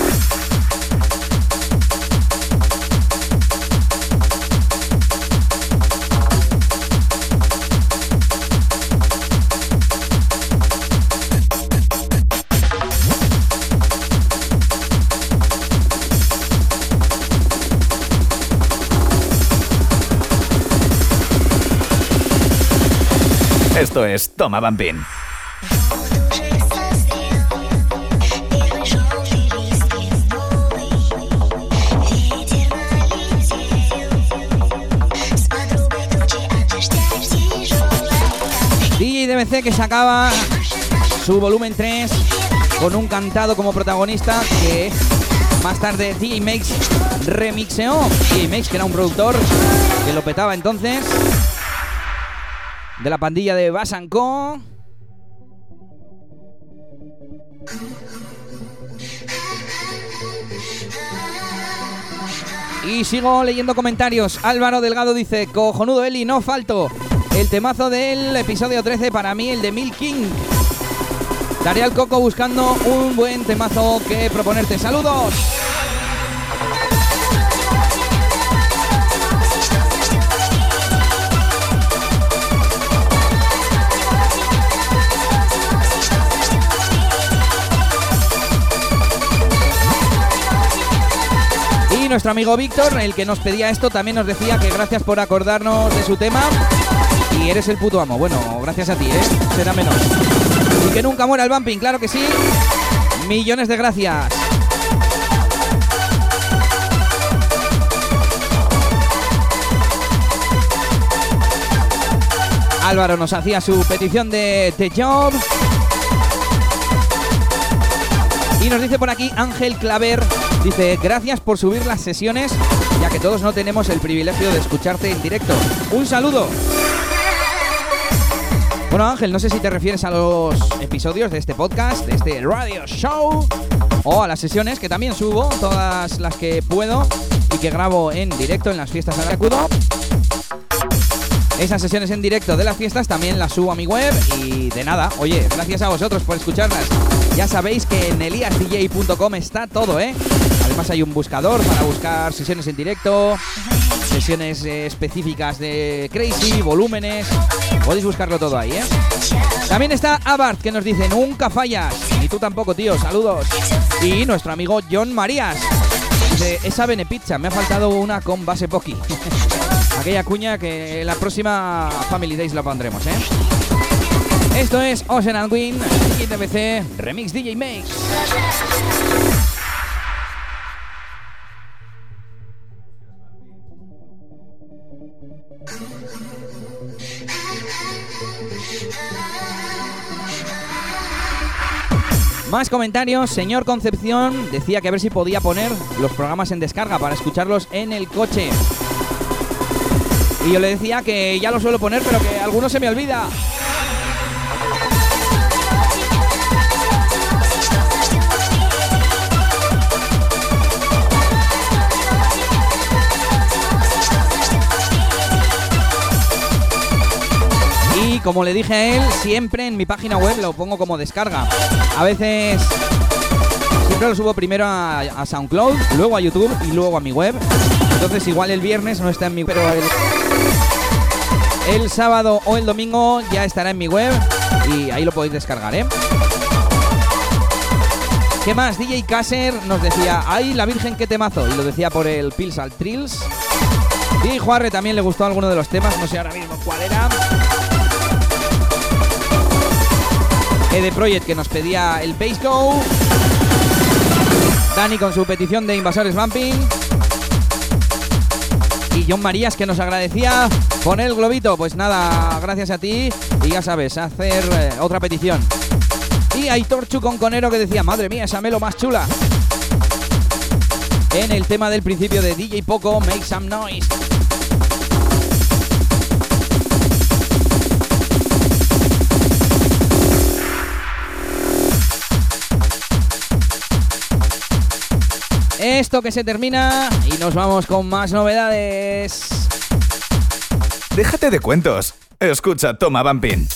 Speaker 1: Esto es Toma Bumping.
Speaker 2: DJ DBC, que sacaba su volumen 3 con un cantado como protagonista, que más tarde DJ Makes remixeó. DJ Makes, que era un productor que lo petaba entonces, de la pandilla de Bass & Co. Y sigo leyendo comentarios. Álvaro Delgado dice: cojonudo Eli, no falto. El temazo del episodio 13 para mí, el de Milk King. Daré al coco buscando un buen temazo que proponerte. ¡Saludos! Y nuestro amigo Víctor, el que nos pedía esto, también nos decía que gracias por acordarnos de su tema y eres el puto amo. Bueno, gracias a ti, ¿eh? Será menos. Y que nunca muera el bumping, claro que sí. Millones de gracias. Álvaro nos hacía su petición de The Job. Y nos dice por aquí Ángel Claver, dice: gracias por subir las sesiones, ya que todos no tenemos el privilegio de escucharte en directo. Un saludo. Bueno, Ángel, no sé si te refieres a los episodios de este podcast, de este radio show, o a las sesiones que también subo, todas las que puedo y que grabo en directo en las fiestas a las que acudo. Esas sesiones en directo de las fiestas también las subo a mi web. Y de nada, oye, gracias a vosotros por escucharlas. Ya sabéis que en eliasdj.com está todo, ¿eh? Además hay un buscador para buscar sesiones en directo, sesiones específicas de Crazy, volúmenes. Podéis buscarlo todo ahí, ¿eh? También está Abart, que nos dice: nunca fallas. Y tú tampoco, tío, saludos. Y nuestro amigo John Marías. Dice, esa Bene Pizza, me ha faltado una con base Poki. Aquella cuña que en la próxima Family Days la pondremos, ¿eh? Esto es Ocean and Wind, DJTBC, Remix DJ Makes. Más comentarios. Señor Concepción decía que a ver si podía poner los programas en descarga para escucharlos en el coche. Y yo le decía que ya lo suelo poner, pero que alguno se me olvida. Y como le dije a él, siempre en mi página web lo pongo como descarga. A veces siempre lo subo primero a SoundCloud, luego a YouTube y luego a mi web. Entonces igual el viernes no está en mi web, pero el sábado o el domingo ya estará en mi web y ahí lo podéis descargar, ¿eh? ¿Qué más? DJ Kasser nos decía, ¡ay, la Virgen, qué temazo! Y lo decía por el Pills al Trills. DJ Juarre también le gustó alguno de los temas, no sé ahora mismo cuál era. The Project, que nos pedía el Bass Go. Dani con su petición de Invasores Bumping. Y John Marías, que nos agradecía con el globito. Pues nada, gracias a ti. Y ya sabes, hacer otra petición. Y Aitor Chuconconero, que decía, madre mía, esa melo más chula. En el tema del principio de DJ Poco, Make Some Noise. Esto que se termina y nos vamos con más novedades.
Speaker 1: Déjate de cuentos. Escucha Toma Bumping.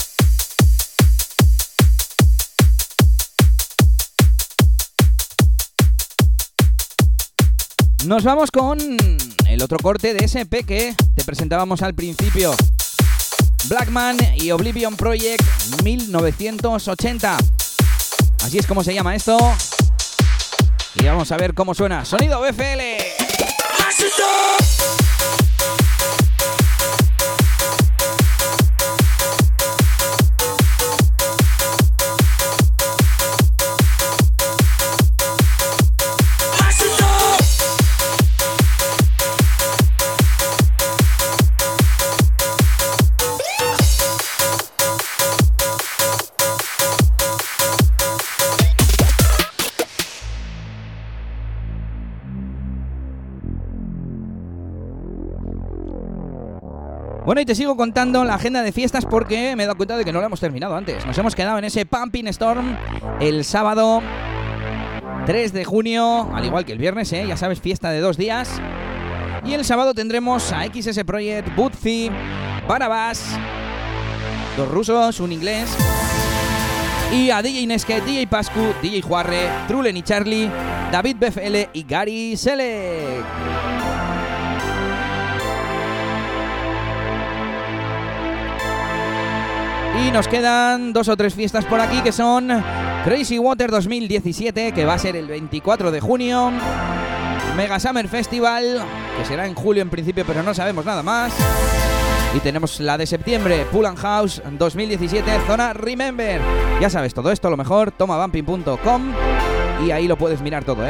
Speaker 2: Nos vamos con el otro corte de SP que te presentábamos al principio. Blackman y Oblivion Project 1980. Así es como se llama esto. Y vamos a ver cómo suena. Sonido BFL. Bueno, y te sigo contando la agenda de fiestas porque me he dado cuenta de que no la hemos terminado antes. Nos hemos quedado en ese Pumping Storm el sábado 3 de junio, al igual que el viernes, ya sabes, fiesta de 2 días. Y el sábado tendremos a XS Project, Bootsy, Barabás, 2 rusos, un inglés, y a DJ Neske, DJ Pascu, DJ Juarre, Trulen y Charlie, David BFL y Gary Selec. Y nos quedan 2 o 3 fiestas por aquí que son Crazy Water 2017, que va a ser el 24 de junio, Mega Summer Festival, que será en julio en principio, pero no sabemos nada más. Y tenemos la de septiembre, Pool and House 2017, zona Remember. Ya sabes, todo esto, lo mejor, tomabumping.com, y ahí lo puedes mirar todo, ¿eh?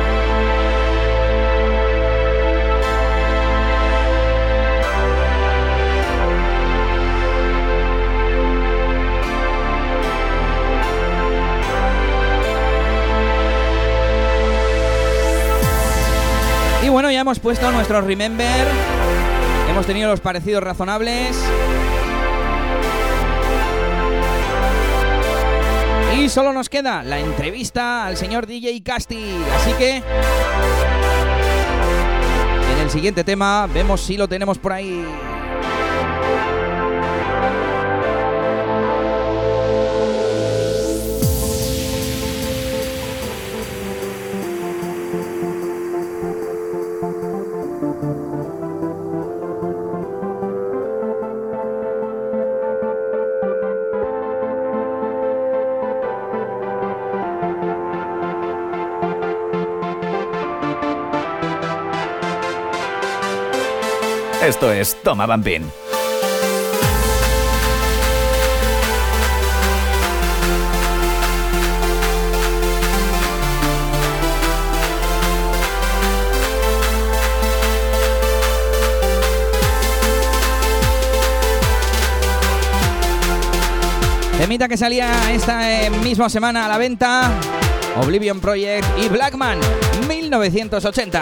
Speaker 2: Y bueno, ya hemos puesto nuestro Remember. Hemos tenido los parecidos razonables. Y solo nos queda la entrevista al señor DJ Casti. Así que en el siguiente tema vemos si lo tenemos por ahí.
Speaker 1: Esto es Toma Bumpin'.
Speaker 2: Temita que salía esta misma semana a la venta, Oblivion Project y Blackman, 1980.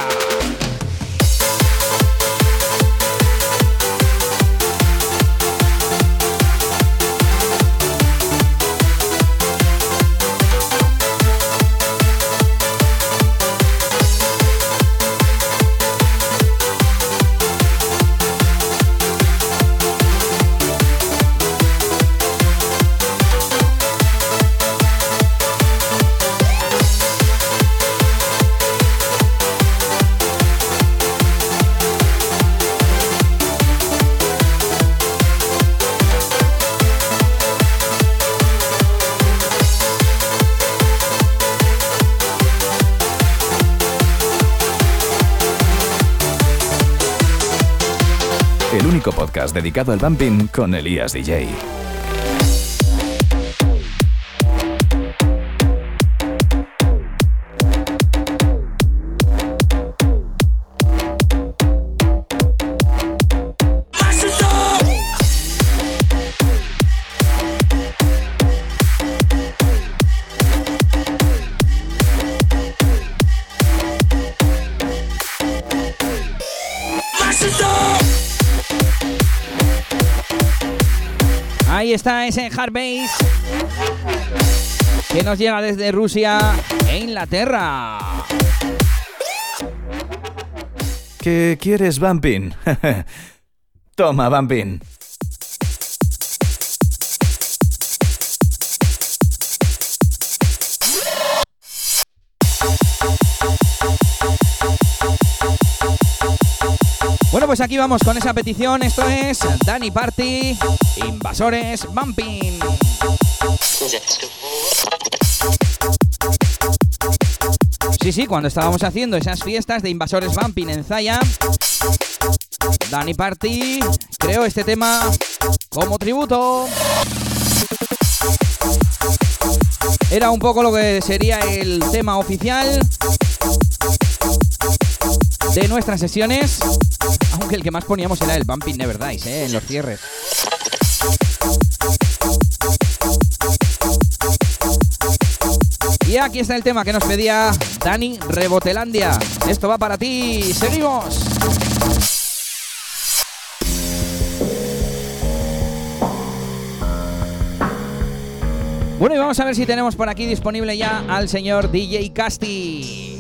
Speaker 1: El único podcast dedicado al bumping con Elías DJ.
Speaker 2: Ahí está ese hard bass que nos llega desde Rusia e Inglaterra.
Speaker 1: ¿Qué quieres, bumping? Toma, bumping.
Speaker 2: Bueno, pues aquí vamos con esa petición. Esto es Danny Party, Invasores Bumping. Sí, cuando estábamos haciendo esas fiestas de Invasores Bumping en Zaya, Danny Party creó este tema como tributo. Era un poco lo que sería el tema oficial de nuestras sesiones, aunque el que más poníamos era el Bumping Never Dies, en los cierres. Y aquí está el tema que nos pedía Dani Rebotelandia. Esto va para ti. ¡Seguimos! Bueno, y vamos a ver si tenemos por aquí disponible ya al señor DJ Casti.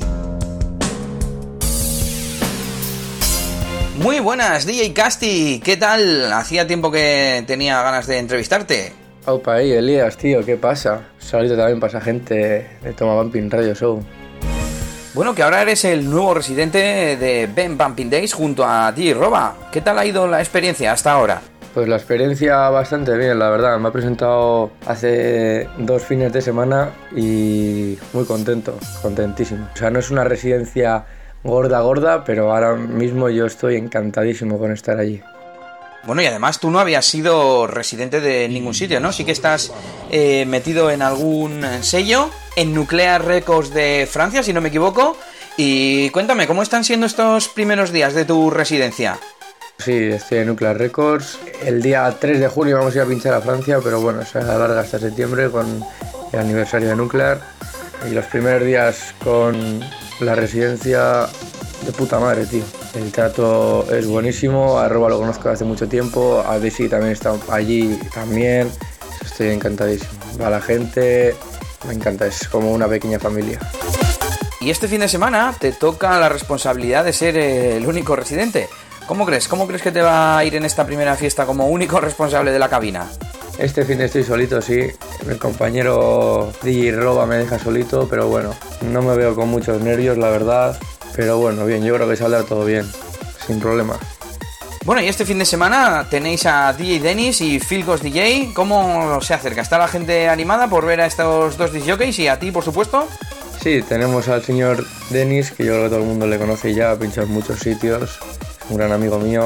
Speaker 2: Muy buenas, DJ Casti. ¿Qué tal? Hacía tiempo que tenía ganas de entrevistarte.
Speaker 5: Opa, ahí, Elías, tío, ¿qué pasa? Saludito también para esa gente de Toma Bumpin' Radio Show.
Speaker 2: Bueno, que ahora eres el nuevo residente de Ben Bumping Days junto a DJ Roba. ¿Qué tal ha ido la experiencia hasta ahora?
Speaker 5: Pues la experiencia bastante bien, la verdad. Me ha presentado hace 2 fines de semana y muy contento, contentísimo. O sea, no es una residencia gorda, pero ahora mismo yo estoy encantadísimo con estar allí.
Speaker 2: Bueno, y además tú no habías sido residente de ningún sitio, ¿no? Sí que estás metido en algún sello, en Nuclear Records de Francia, si no me equivoco. Y cuéntame, ¿cómo están siendo estos primeros días de tu residencia?
Speaker 5: Sí, estoy en Nuclear Records. El día 3 de junio vamos a ir a pinchar a Francia, pero bueno, se alarga hasta septiembre con el aniversario de Nuclear. Y los primeros días con la residencia de puta madre, tío. El trato es buenísimo, a Roba lo conozco hace mucho tiempo, a Daisy también está allí también. Estoy encantadísimo. A la gente me encanta, es como una pequeña familia.
Speaker 2: Y este fin de semana te toca la responsabilidad de ser el único residente. ¿Cómo crees que te va a ir en esta primera fiesta como único responsable de la cabina?
Speaker 5: Este fin estoy solito, sí. Mi compañero DJ Roba me deja solito, pero bueno, no me veo con muchos nervios, la verdad. Pero bueno, bien, yo creo que saldrá todo bien, sin problema.
Speaker 2: Bueno, y este fin de semana tenéis a DJ Dennis y Phil Ghost DJ. ¿Cómo se acerca? ¿Está la gente animada por ver a estos dos discjockeys y a ti, por supuesto?
Speaker 5: Sí, tenemos al señor Dennis, que yo creo que todo el mundo le conoce ya, ha pinchado en muchos sitios. Es un gran amigo mío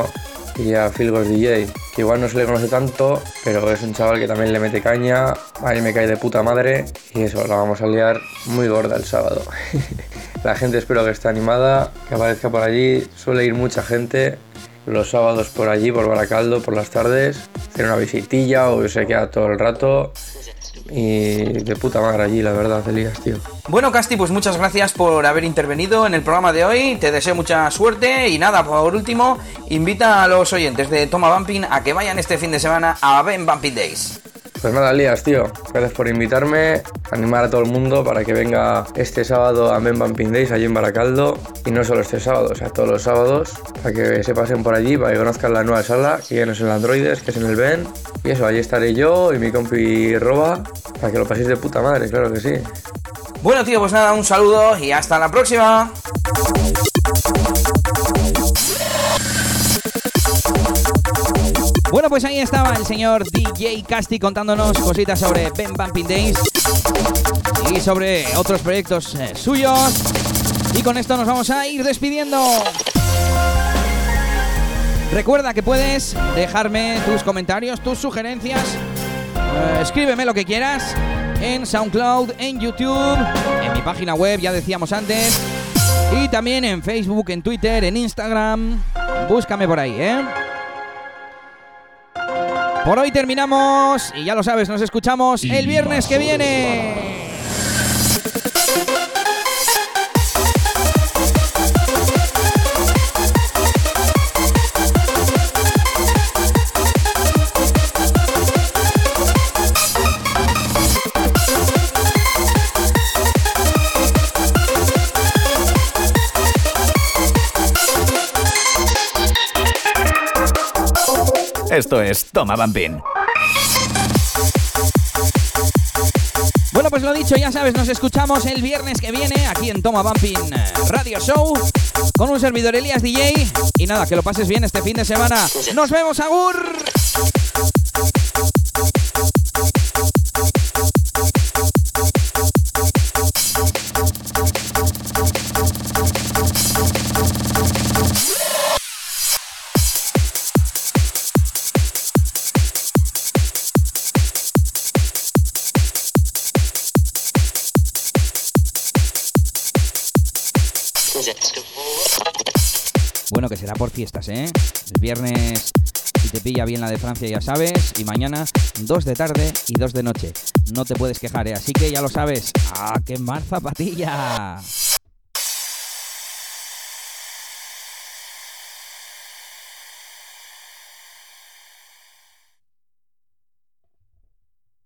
Speaker 5: y a Filgos DJ, que igual no se le conoce tanto, pero es un chaval que también le mete caña, a mí me cae de puta madre y eso, la vamos a liar muy gorda el sábado. La gente espero que esté animada, que aparezca por allí, suele ir mucha gente los sábados por allí, por Baracaldo, por las tardes, hacer una visitilla o se queda todo el rato. Y de puta madre allí, la verdad, Elías, tío.
Speaker 2: Bueno, Casti, pues muchas gracias por haber intervenido en el programa de hoy. Te deseo mucha suerte y nada, por último, invita a los oyentes de Toma Bumping a que vayan este fin de semana a Ben Bumping Days.
Speaker 5: Pues nada, Elías, tío, gracias por invitarme, animar a todo el mundo para que venga este sábado a Ben Bumping Days allí en Baracaldo, y no solo este sábado, o sea, todos los sábados, para que se pasen por allí, para que conozcan la nueva sala, que ya no es en el Androides, que es en el Ben, y eso, allí estaré yo y mi compi Roba, para que lo paséis de puta madre, claro que sí.
Speaker 2: Bueno, tío, pues nada, un saludo y hasta la próxima. Bueno, pues ahí estaba el señor DJ Casti contándonos cositas sobre Ben Bumping Days y sobre otros proyectos suyos. Y con esto nos vamos a ir despidiendo. Recuerda que puedes dejarme tus comentarios, tus sugerencias. Escríbeme lo que quieras en SoundCloud, en YouTube, en mi página web, ya decíamos antes. Y también en Facebook, en Twitter, en Instagram. Búscame por ahí, ¿eh? Por hoy terminamos y ya lo sabes, nos escuchamos el viernes que viene.
Speaker 1: Esto es Toma Bumping.
Speaker 2: Bueno, pues lo dicho, ya sabes, nos escuchamos el viernes que viene aquí en Toma Bumping Radio Show con un servidor Elías DJ. Y nada, que lo pases bien este fin de semana. ¡Nos vemos, agur! Bueno, que será por fiestas, ¿eh? El viernes, si te pilla bien la de Francia, ya sabes. Y mañana, 2 de tarde y 2 de noche. No te puedes quejar, ¿eh? Así que ya lo sabes. ¡A quemar zapatilla!